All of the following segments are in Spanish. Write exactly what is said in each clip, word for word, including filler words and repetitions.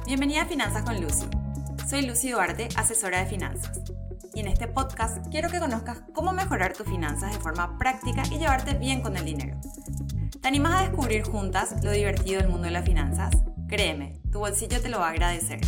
Bienvenida a Finanzas con Lucy. Soy Lucy Duarte, asesora de finanzas. Y en este podcast quiero que conozcas cómo mejorar tus finanzas de forma práctica y llevarte bien con el dinero. ¿Te animas a descubrir juntas lo divertido del mundo de las finanzas? Créeme, tu bolsillo te lo va a agradecer.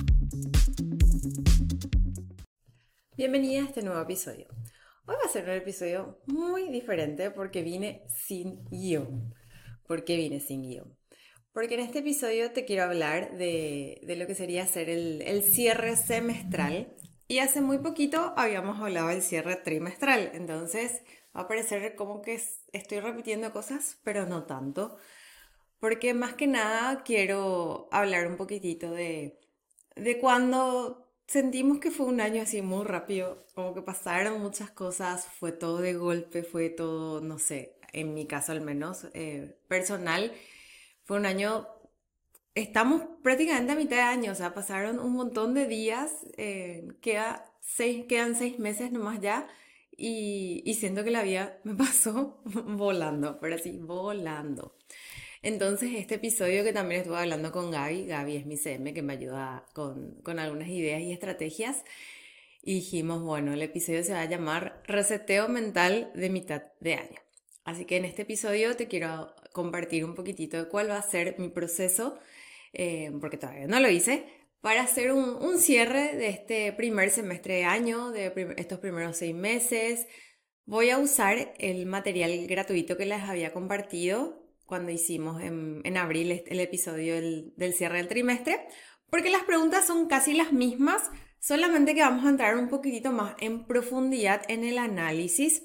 Bienvenida a este nuevo episodio. Hoy va a ser un episodio muy diferente porque vine sin guión. ¿Por qué vine sin guión? Porque en este episodio te quiero hablar de, de lo que sería hacer el, el cierre semestral. Y hace muy poquito habíamos hablado del cierre trimestral. Entonces va a parecer como que estoy repitiendo cosas, pero no tanto. Porque más que nada quiero hablar un poquitito de, de cuando sentimos que fue un año así muy rápido. Como que pasaron muchas cosas, fue todo de golpe, fue todo, no sé, en mi caso al menos, eh, personal. Fue un año, estamos prácticamente a mitad de año, o sea, pasaron un montón de días, eh, queda seis, quedan seis meses nomás ya y, y siento que la vida me pasó volando, pero así, volando. Entonces este episodio que también estuve hablando con Gaby, Gaby es mi C M que me ayuda con, con algunas ideas y estrategias y dijimos, bueno, el episodio se va a llamar Reseteo Mental de mitad de año. Así que en este episodio te quiero compartir un poquitito de cuál va a ser mi proceso, eh, porque todavía no lo hice, para hacer un, un cierre de este primer semestre de año, de prim- estos primeros seis meses. Voy a usar el material gratuito que les había compartido cuando hicimos en, en abril este- el episodio del, del cierre del trimestre, porque las preguntas son casi las mismas, solamente que vamos a entrar un poquitito más en profundidad en el análisis.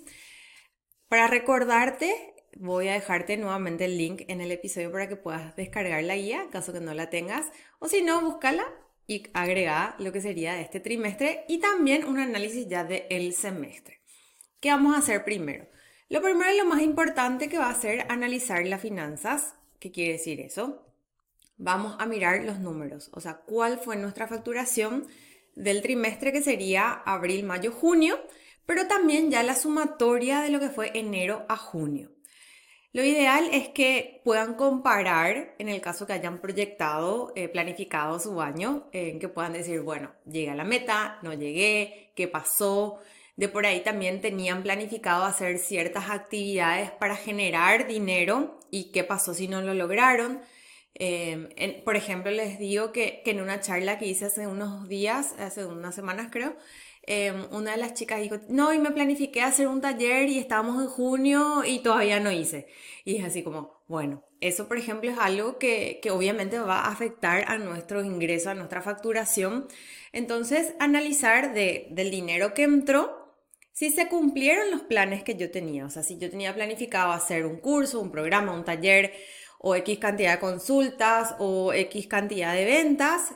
Para recordarte, voy a dejarte nuevamente el link en el episodio para que puedas descargar la guía, en caso que no la tengas, o si no, búscala y agrega lo que sería de este trimestre y también un análisis ya del semestre. ¿Qué vamos a hacer primero? Lo primero y lo más importante que va a ser analizar las finanzas. ¿Qué quiere decir eso? Vamos a mirar los números, o sea, cuál fue nuestra facturación del trimestre que sería abril, mayo, junio, pero también ya la sumatoria de lo que fue enero a junio. Lo ideal es que puedan comparar, en el caso que hayan proyectado, eh, planificado su año, eh, que puedan decir, bueno, llegué a la meta, no llegué, qué pasó. De por ahí también tenían planificado hacer ciertas actividades para generar dinero y qué pasó si no lo lograron. Eh, en, por ejemplo, les digo que, que en una charla que hice hace unos días, hace unas semanas creo, eh, una de las chicas dijo, no, y me planifiqué hacer un taller y estábamos en junio y todavía no hice. Y es así como, bueno, eso por ejemplo es algo que, que obviamente va a afectar a nuestro ingreso, a nuestra facturación. Entonces, analizar de, del dinero que entró, si se cumplieron los planes que yo tenía. O sea, si yo tenía planificado hacer un curso, un programa, un taller o X cantidad de consultas o X cantidad de ventas,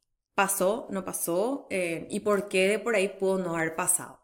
pasó, no pasó, eh, y por qué de por ahí pudo no haber pasado.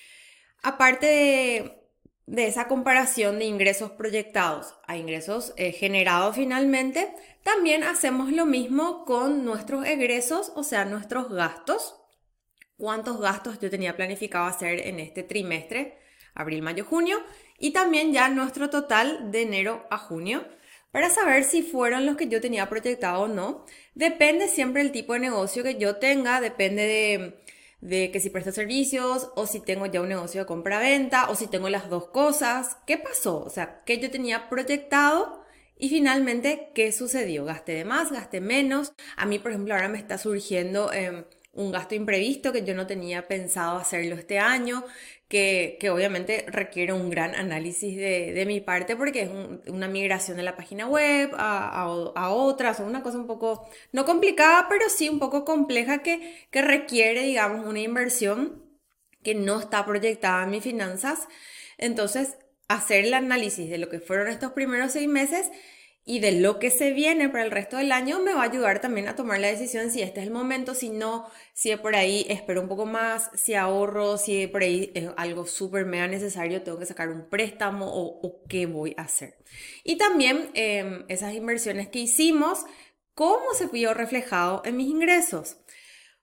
Aparte de, de esa comparación de ingresos proyectados a ingresos eh, generados finalmente, también hacemos lo mismo con nuestros egresos, o sea, nuestros gastos. ¿Cuántos gastos yo tenía planificado hacer en este trimestre, abril, mayo, junio? Y también ya nuestro total de enero a junio, para saber si fueron los que yo tenía proyectado o no. Depende siempre del tipo de negocio que yo tenga, depende de, de que si presto servicios o si tengo ya un negocio de compra-venta o si tengo las dos cosas. ¿Qué pasó? O sea, ¿qué yo tenía proyectado y finalmente qué sucedió? ¿Gasté de más? ¿Gasté menos? A mí, por ejemplo, ahora me está surgiendo eh, un gasto imprevisto que yo no tenía pensado hacerlo este año, que, que obviamente requiere un gran análisis de, de mi parte porque es un, una migración de la página web a, a, a otras, o una cosa un poco, no complicada, pero sí un poco compleja que, que requiere, digamos, una inversión que no está proyectada en mis finanzas. Entonces, hacer el análisis de lo que fueron estos primeros seis meses y de lo que se viene para el resto del año me va a ayudar también a tomar la decisión si este es el momento, si no, si de por ahí espero un poco más, si ahorro, si de por ahí es algo súper mega necesario, tengo que sacar un préstamo o, o qué voy a hacer. Y también eh, esas inversiones que hicimos, cómo se vio reflejado en mis ingresos.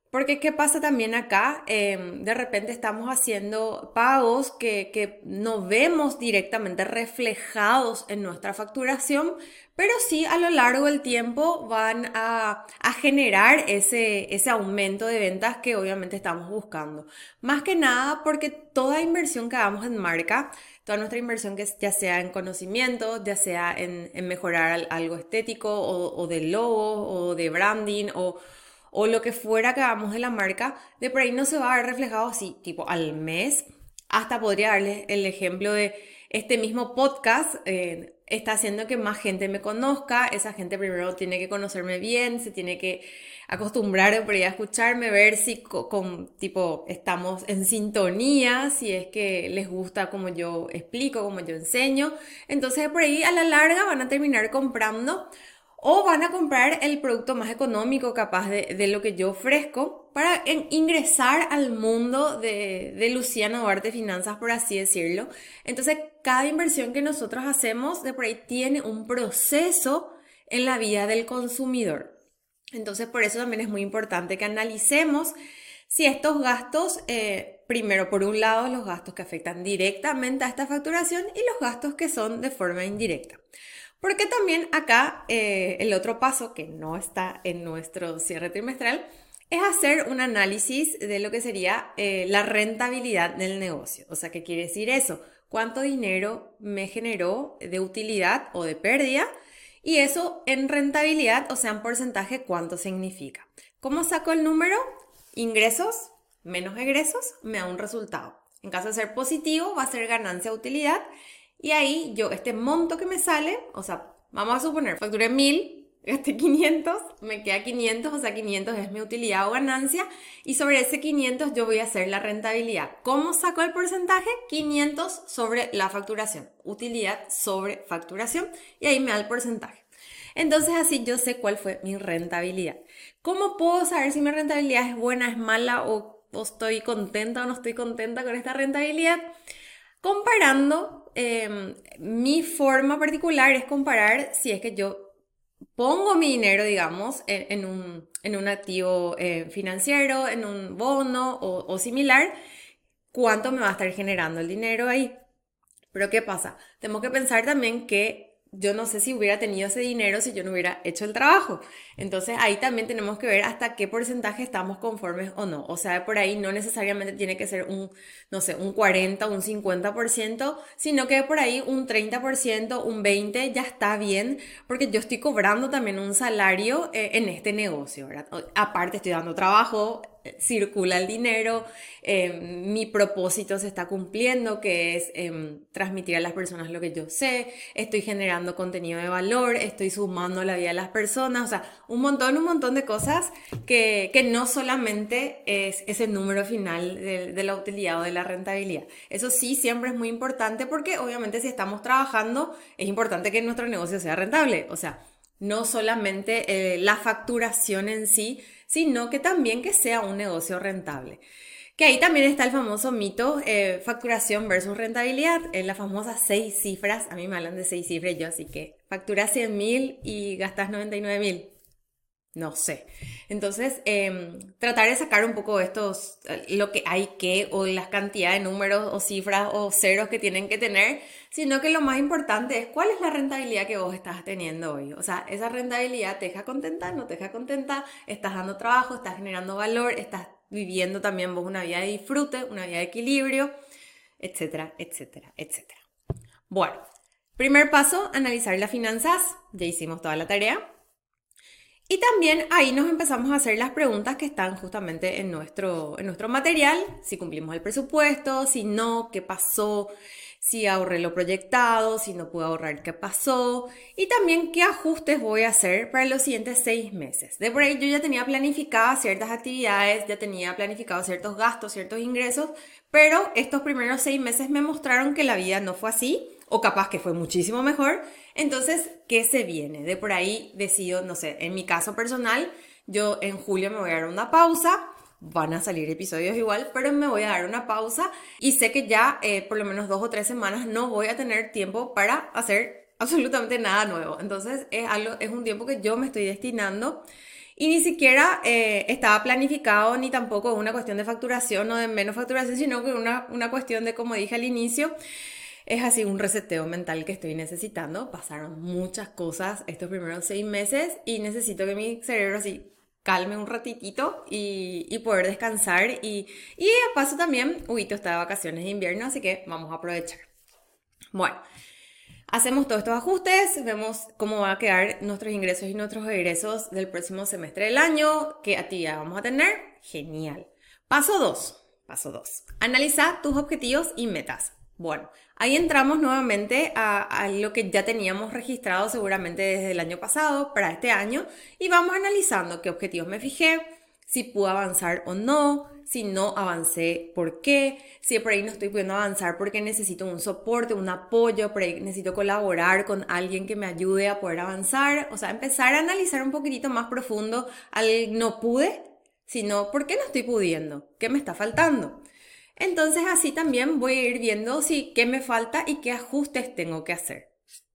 Porque ¿qué pasa también acá? Eh, de repente estamos haciendo pagos que, que no vemos directamente reflejados en nuestra facturación, pero sí a lo largo del tiempo van a, a generar ese, ese aumento de ventas que obviamente estamos buscando. Más que nada porque toda inversión que hagamos en marca, toda nuestra inversión que ya sea en conocimiento, ya sea en, en mejorar algo estético o, o de logo o de branding o o lo que fuera que hagamos de la marca, de por ahí no se va a ver reflejado así, tipo al mes. Hasta podría darles el ejemplo de este mismo podcast, eh, está haciendo que más gente me conozca. Esa gente primero tiene que conocerme bien, se tiene que acostumbrar por ahí a escucharme, ver si con, con, tipo estamos en sintonía, si es que les gusta como yo explico, como yo enseño. Entonces por ahí a la larga van a terminar comprando o van a comprar el producto más económico capaz de, de lo que yo ofrezco para en, ingresar al mundo de, de Luciana Duarte Finanzas, por así decirlo. Entonces, cada inversión que nosotros hacemos de por ahí tiene un proceso en la vida del consumidor. Entonces, por eso también es muy importante que analicemos si estos gastos, eh, primero, por un lado, los gastos que afectan directamente a esta facturación y los gastos que son de forma indirecta. Porque también acá eh, el otro paso que no está en nuestro cierre trimestral es hacer un análisis de lo que sería eh, la rentabilidad del negocio. O sea, ¿qué quiere decir eso? ¿Cuánto dinero me generó de utilidad o de pérdida? Y eso en rentabilidad, o sea, en porcentaje, ¿cuánto significa? ¿Cómo saco el número? Ingresos menos egresos me da un resultado. En caso de ser positivo, va a ser ganancia-utilidad. Y ahí yo, este monto que me sale, o sea, vamos a suponer, facturé mil, gasté quinientos, me queda quinientos, o sea, quinientos es mi utilidad o ganancia, y sobre ese quinientos yo voy a hacer la rentabilidad. ¿Cómo saco el porcentaje? quinientos sobre la facturación, utilidad sobre facturación, y ahí me da el porcentaje. Entonces así yo sé cuál fue mi rentabilidad. ¿Cómo puedo saber si mi rentabilidad es buena, es mala, o, o estoy contenta o no estoy contenta con esta rentabilidad? Comparando, eh, mi forma particular es comparar si es que yo pongo mi dinero, digamos, en, en, un, en un activo eh, financiero, en un bono o, o similar, cuánto me va a estar generando el dinero ahí. Pero ¿qué pasa? Tenemos que pensar también que yo no sé si hubiera tenido ese dinero si yo no hubiera hecho el trabajo. Entonces ahí también tenemos que ver hasta qué porcentaje estamos conformes o no. O sea, por ahí no necesariamente tiene que ser un, no sé, un cuarenta o un cincuenta por ciento, sino que por ahí un treinta por ciento, un veinte por ciento ya está bien, porque yo estoy cobrando también un salario eh, en este negocio, ¿verdad? Aparte estoy dando trabajo, circula el dinero, eh, mi propósito se está cumpliendo, que es eh, transmitir a las personas lo que yo sé, estoy generando contenido de valor, estoy sumando a la vida de las personas, o sea, un montón, un montón de cosas que, que no solamente es ese número final de, de la utilidad o de la rentabilidad. Eso sí, siempre es muy importante porque obviamente si estamos trabajando es importante que nuestro negocio sea rentable, o sea, no solamente eh, la facturación en sí, sino que también que sea un negocio rentable. Que ahí también está el famoso mito, eh, facturación versus rentabilidad, en las famosas seis cifras. A mí me hablan de seis cifras yo, así que facturas cien mil y gastas noventa y nueve mil. No sé. Entonces, eh, tratar de sacar un poco estos, lo que hay que, o las cantidades de números o cifras o ceros que tienen que tener, sino que lo más importante es cuál es la rentabilidad que vos estás teniendo hoy. O sea, esa rentabilidad te deja contenta, no te deja contenta, estás dando trabajo, estás generando valor, estás viviendo también vos una vida de disfrute, una vida de equilibrio, etcétera, etcétera, etcétera. Bueno, primer paso, analizar las finanzas. Ya hicimos toda la tarea. Y también ahí nos empezamos a hacer las preguntas que están justamente en nuestro, en nuestro material, si cumplimos el presupuesto, si no, qué pasó, si ahorré lo proyectado, si no pude ahorrar, qué pasó, y también qué ajustes voy a hacer para los siguientes seis meses. De por ahí yo ya tenía planificadas ciertas actividades, ya tenía planificados ciertos gastos, ciertos ingresos, pero estos primeros seis meses me mostraron que la vida no fue así, o capaz que fue muchísimo mejor. Entonces, ¿qué se viene? De por ahí decido, no sé, en mi caso personal, yo en julio me voy a dar una pausa, van a salir episodios igual, pero me voy a dar una pausa y sé que ya eh, por lo menos dos o tres semanas no voy a tener tiempo para hacer absolutamente nada nuevo. Entonces, es, algo, es un tiempo que yo me estoy destinando Y ni siquiera eh, estaba planificado ni tampoco una cuestión de facturación o de menos facturación, sino que una, una cuestión de, como dije al inicio, es así un reseteo mental que estoy necesitando. Pasaron muchas cosas estos primeros seis meses y necesito que mi cerebro así calme un ratitito y, y poder descansar. Y, y de paso también, Huguito está de vacaciones de invierno, así que vamos a aprovechar. Bueno, hacemos todos estos ajustes, vemos cómo van a quedar nuestros ingresos y nuestros egresos del próximo semestre del año, qué actividad vamos a tener. Genial. Paso dos. Paso dos. Analiza tus objetivos y metas. Bueno, ahí entramos nuevamente a, a lo que ya teníamos registrado seguramente desde el año pasado para este año y vamos analizando qué objetivos me fijé, si pude avanzar o no, si no avancé, por qué, si por ahí no estoy pudiendo avanzar porque necesito un soporte, un apoyo, por ahí necesito colaborar con alguien que me ayude a poder avanzar, o sea, empezar a analizar un poquitito más profundo al no pude, sino por qué no estoy pudiendo, qué me está faltando. Entonces así también voy a ir viendo si qué me falta y qué ajustes tengo que hacer.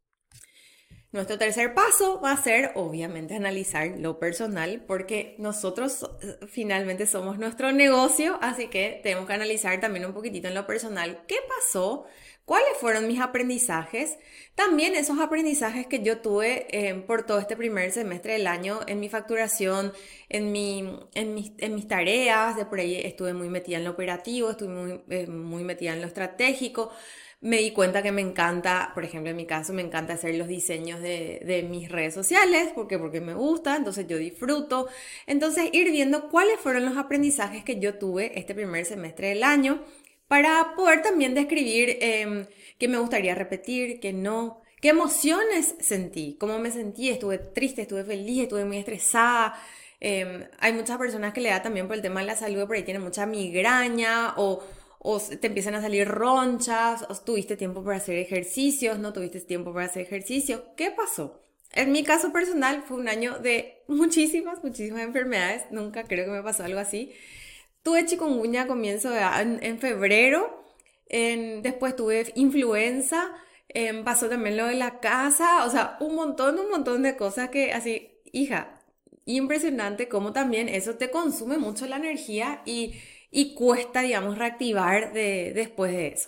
Nuestro tercer paso va a ser, obviamente, analizar lo personal, porque nosotros finalmente somos nuestro negocio, así que tenemos que analizar también un poquitito en lo personal qué pasó, cuáles fueron mis aprendizajes, también esos aprendizajes que yo tuve eh, por todo este primer semestre del año en mi facturación, en, mi, en, mis, en mis tareas, de por ahí estuve muy metida en lo operativo, estuve muy, eh, muy metida en lo estratégico. Me di cuenta que me encanta, por ejemplo, en mi caso, me encanta hacer los diseños de, de mis redes sociales, porque, porque me gusta, entonces yo disfruto. Entonces, ir viendo cuáles fueron los aprendizajes que yo tuve este primer semestre del año para poder también describir eh, qué me gustaría repetir, qué no, qué emociones sentí, cómo me sentí, estuve triste, estuve feliz, estuve muy estresada. Eh, hay muchas personas que le da también por el tema de la salud, por ahí tienen mucha migraña o o te empiezan a salir ronchas, o tuviste tiempo para hacer ejercicios, no tuviste tiempo para hacer ejercicio. ¿Qué pasó? En mi caso personal fue un año de muchísimas, muchísimas enfermedades. Nunca creo que me pasó algo así. Tuve chikungunya a comienzo de, en, en febrero, en, después tuve influenza, en, pasó también lo de la casa, o sea, un montón, un montón de cosas que así, hija, impresionante cómo también eso te consume mucho la energía y y cuesta, digamos, reactivar de, después de eso.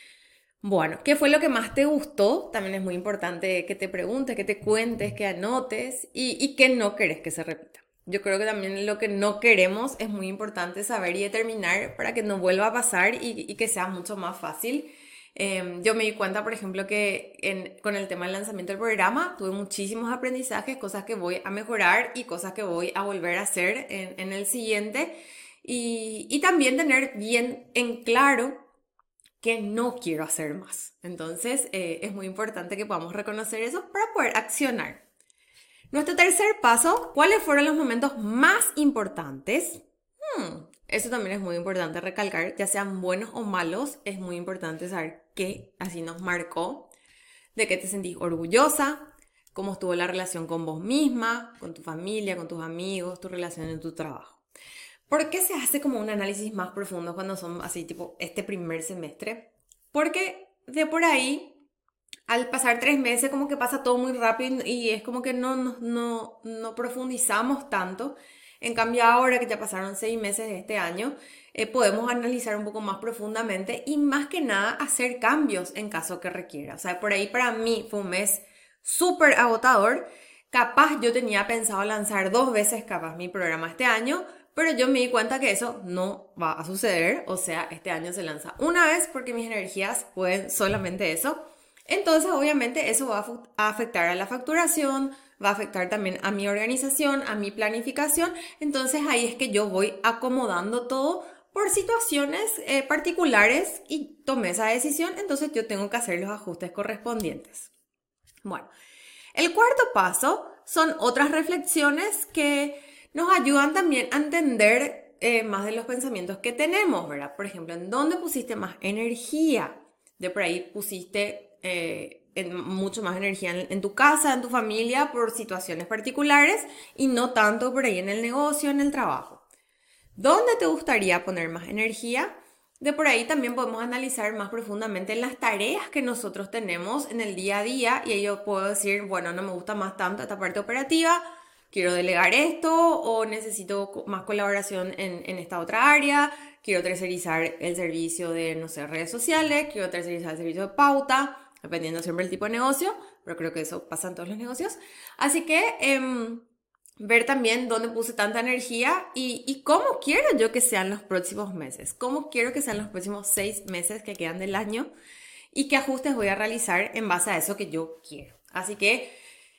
Bueno, ¿qué fue lo que más te gustó? También es muy importante que te preguntes, que te cuentes, que anotes y, y que no querés que se repita. Yo creo que también lo que no queremos es muy importante saber y determinar para que no vuelva a pasar y, y que sea mucho más fácil. Eh, yo me di cuenta, por ejemplo, que en, con el tema del lanzamiento del programa tuve muchísimos aprendizajes, cosas que voy a mejorar y cosas que voy a volver a hacer en, en el siguiente. Y, y también tener bien en claro que no quiero hacer más. Entonces eh, es muy importante que podamos reconocer eso para poder accionar. Nuestro tercer paso, ¿cuáles fueron los momentos más importantes? Hmm, eso también es muy importante recalcar, ya sean buenos o malos, es muy importante saber qué así nos marcó, de qué te sentís orgullosa, cómo estuvo la relación con vos misma, con tu familia, con tus amigos, tu relación en tu trabajo. ¿Por qué se hace como un análisis más profundo cuando son así tipo este primer semestre? Porque de por ahí, al pasar tres meses como que pasa todo muy rápido y es como que no, no, no, no profundizamos tanto. En cambio ahora que ya pasaron seis meses de este año, eh, podemos analizar un poco más profundamente y más que nada hacer cambios en caso que requiera. O sea, por ahí para mí fue un mes súper agotador. Capaz yo tenía pensado lanzar dos veces capaz mi programa este año, pero yo me di cuenta que eso no va a suceder, o sea, este año se lanza una vez porque mis energías pueden solamente eso. Entonces, obviamente, eso va a afectar a la facturación, va a afectar también a mi organización, a mi planificación. Entonces, ahí es que yo voy acomodando todo por situaciones eh, particulares y tomé esa decisión, entonces yo tengo que hacer los ajustes correspondientes. Bueno, el cuarto paso son otras reflexiones que nos ayudan también a entender eh, más de los pensamientos que tenemos, ¿verdad? Por ejemplo, ¿en dónde pusiste más energía? De por ahí pusiste eh, en mucho más energía en, en tu casa, en tu familia, por situaciones particulares y no tanto por ahí en el negocio, en el trabajo. ¿Dónde te gustaría poner más energía? De por ahí también podemos analizar más profundamente las tareas que nosotros tenemos en el día a día y ahí yo puedo decir, bueno, no me gusta más tanto esta parte operativa, quiero delegar esto o necesito más colaboración en, en esta otra área, quiero tercerizar el servicio de, no sé, redes sociales, quiero tercerizar el servicio de pauta, dependiendo siempre del tipo de negocio, pero creo que eso pasa en todos los negocios. Así que eh, ver también dónde puse tanta energía y, y cómo quiero yo que sean los próximos meses, cómo quiero que sean los próximos seis meses que quedan del año y qué ajustes voy a realizar en base a eso que yo quiero. Así que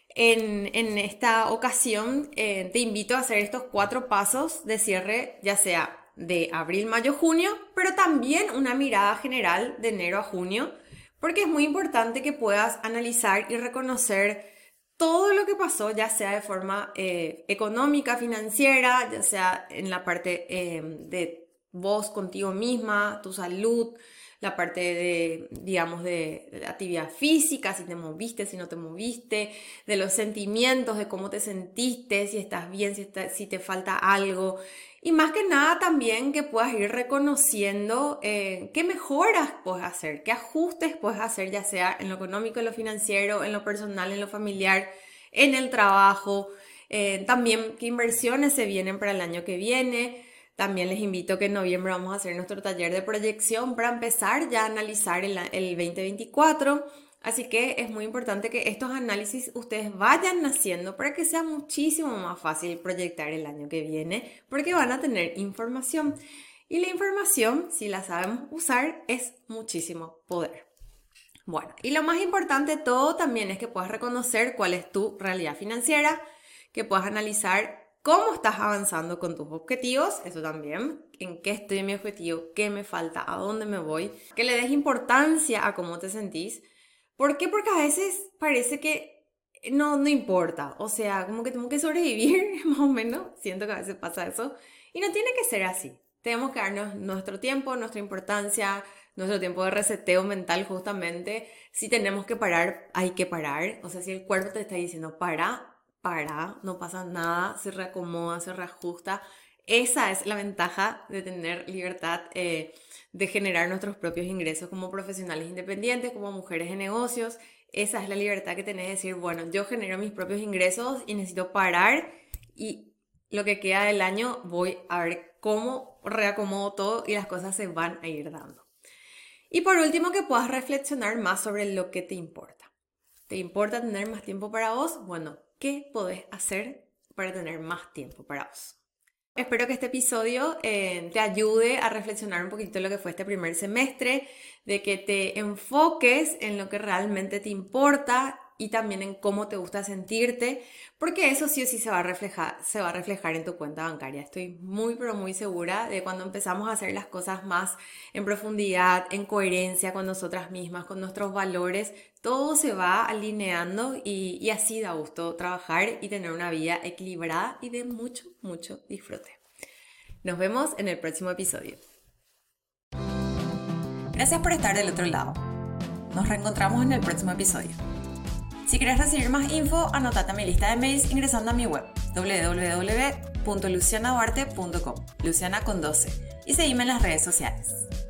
en, en esta ocasión eh, te invito a hacer estos cuatro pasos de cierre, ya sea de abril, mayo, junio, pero también una mirada general de enero a junio, porque es muy importante que puedas analizar y reconocer todo lo que pasó, ya sea de forma eh, económica, financiera, ya sea en la parte eh, de vos contigo misma, tu salud, la parte de, digamos, de, de actividad física, si te moviste, si no te moviste, de los sentimientos, de cómo te sentiste, si estás bien, si, está, si te falta algo. Y más que nada también que puedas ir reconociendo eh, qué mejoras puedes hacer, qué ajustes puedes hacer, ya sea en lo económico, en lo financiero, en lo personal, en lo familiar, en el trabajo. Eh, también qué inversiones se vienen para el año que viene. También les invito que en noviembre vamos a hacer nuestro taller de proyección para empezar ya a analizar el, el veinte veinticuatro. Así que es muy importante que estos análisis ustedes vayan haciendo para que sea muchísimo más fácil proyectar el año que viene, porque van a tener información. Y la información, si la sabemos usar, es muchísimo poder. Bueno, y lo más importante de todo también es que puedas reconocer cuál es tu realidad financiera, que puedas analizar cómo estás avanzando con tus objetivos, eso también, en qué estoy en mi objetivo, qué me falta, a dónde me voy, que le des importancia a cómo te sentís. ¿Por qué? Porque a veces parece que no, no importa, o sea, como que tengo que sobrevivir, más o menos, siento que a veces pasa eso, y no tiene que ser así. Tenemos que darnos nuestro tiempo, nuestra importancia, nuestro tiempo de reseteo mental justamente. Si tenemos que parar, hay que parar, o sea, si el cuerpo te está diciendo para, para, no pasa nada, se reacomoda, se reajusta. Esa es la ventaja de tener libertad eh, de generar nuestros propios ingresos como profesionales independientes, como mujeres de negocios. Esa es la libertad que tenés de decir, bueno, yo genero mis propios ingresos y necesito parar y lo que queda del año voy a ver cómo reacomodo todo y las cosas se van a ir dando. Y por último, que puedas reflexionar más sobre lo que te importa. ¿Te importa tener más tiempo para vos? Bueno, ¿qué podés hacer para tener más tiempo para vos? Espero que este episodio eh, te ayude a reflexionar un poquito lo que fue este primer semestre, de que te enfoques en lo que realmente te importa y también en cómo te gusta sentirte, porque eso sí o sí se va a reflejar, se va a reflejar en tu cuenta bancaria. Estoy muy pero muy segura de cuando empezamos a hacer las cosas más en profundidad, en coherencia con nosotras mismas, con nuestros valores, todo se va alineando y, y así da gusto trabajar y tener una vida equilibrada y de mucho, mucho disfrute. Nos vemos en el próximo episodio. Gracias por estar del otro lado. Nos reencontramos en el próximo episodio. Si quieres recibir más info, anótate a mi lista de mails ingresando a mi web doble u doble u doble u punto luciana duarte punto com, Luciana con doce, y seguime en las redes sociales.